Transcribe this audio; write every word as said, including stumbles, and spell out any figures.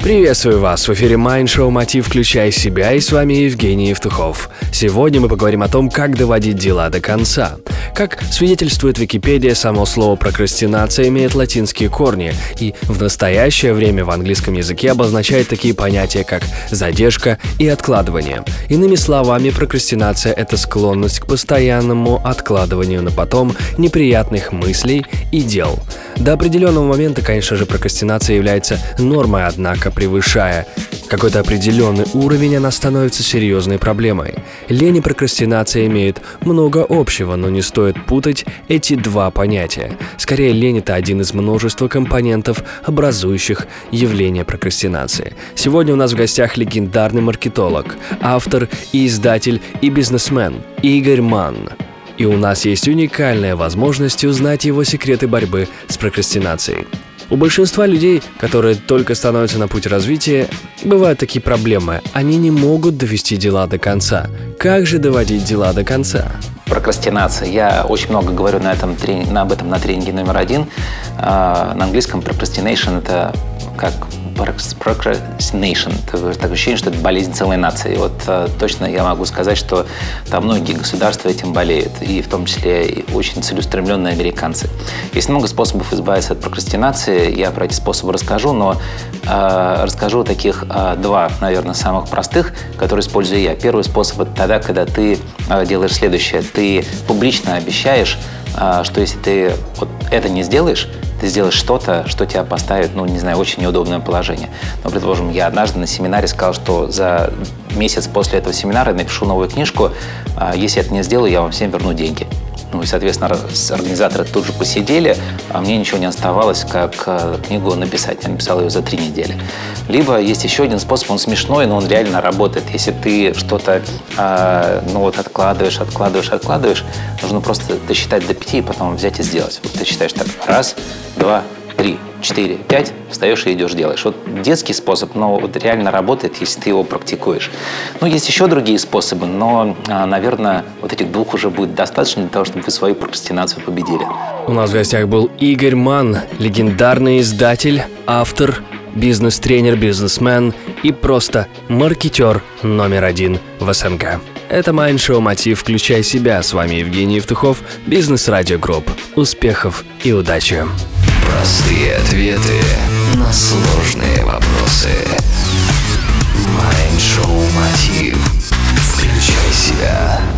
Приветствую вас! В эфире Mind Show Мотив «Включай себя», и с вами Евгений Евтухов. Сегодня мы поговорим о том, как доводить дела до конца. Как свидетельствует Википедия, само слово «прокрастинация» имеет латинские корни и в настоящее время в английском языке обозначает такие понятия, как задержка и откладывание. Иными словами, прокрастинация – это склонность к постоянному откладыванию на потом неприятных мыслей и дел. До определенного момента, конечно же, прокрастинация является нормой, однако, превышая какой-то определенный уровень, она становится серьезной проблемой. Лень и прокрастинация имеют много общего, но не стоит путать эти два понятия. Скорее, лень – это один из множества компонентов, образующих явление прокрастинации. Сегодня у нас в гостях легендарный маркетолог, автор и издатель и бизнесмен Игорь Манн. И у нас есть уникальная возможность узнать его секреты борьбы с прокрастинацией. У большинства людей, которые только становятся на путь развития, бывают такие проблемы. Они не могут довести дела до конца. Как же доводить дела до конца? Прокрастинация. Я очень много говорю на этом, на, об этом на тренинге номер один. А, на английском procrastination – это как procrastination. Такое ощущение, что это болезнь целой нации. И вот а, точно я могу сказать, что там многие государства этим болеют, и в том числе и очень целеустремленные американцы. Есть много способов избавиться от прокрастинации. Я про эти способы расскажу, но а, расскажу таких а, два, наверное, самых простых, которые использую я. Первый способ – это тогда, когда ты а, делаешь следующее. Ты публично обещаешь, а, что если ты вот это не сделаешь, ты сделаешь что-то, что тебя поставит, ну, не знаю, очень неудобное положение. Но, предположим, я однажды на семинаре сказал, что за месяц после этого семинара я напишу новую книжку, а если я это не сделаю, я вам всем верну деньги. Ну и, соответственно, организаторы тут же посидели, а мне ничего не оставалось, как книгу написать. Я написал ее за три недели. Либо есть еще один способ, он смешной, но он реально работает. Если ты что-то э, ну вот откладываешь, откладываешь, откладываешь, нужно просто досчитать до пяти и потом взять и сделать. Вот ты считаешь так: раз, два, три, четыре, пять, встаешь и идешь делаешь. Вот детский способ, но вот реально работает, если ты его практикуешь. Ну, есть еще другие способы, но, наверное, вот этих двух уже будет достаточно для того, чтобы вы свою прокрастинацию победили. У нас в гостях был Игорь Манн, легендарный издатель, автор, бизнес-тренер, бизнесмен и просто маркетер номер один в СНГ. Это Mind Show Мотив «Включай себя». С вами Евгений Евтухов, Бизнес Радио Групп. Успехов и удачи! Простые ответы на сложные вопросы. Mind Show Мотив. Включай себя.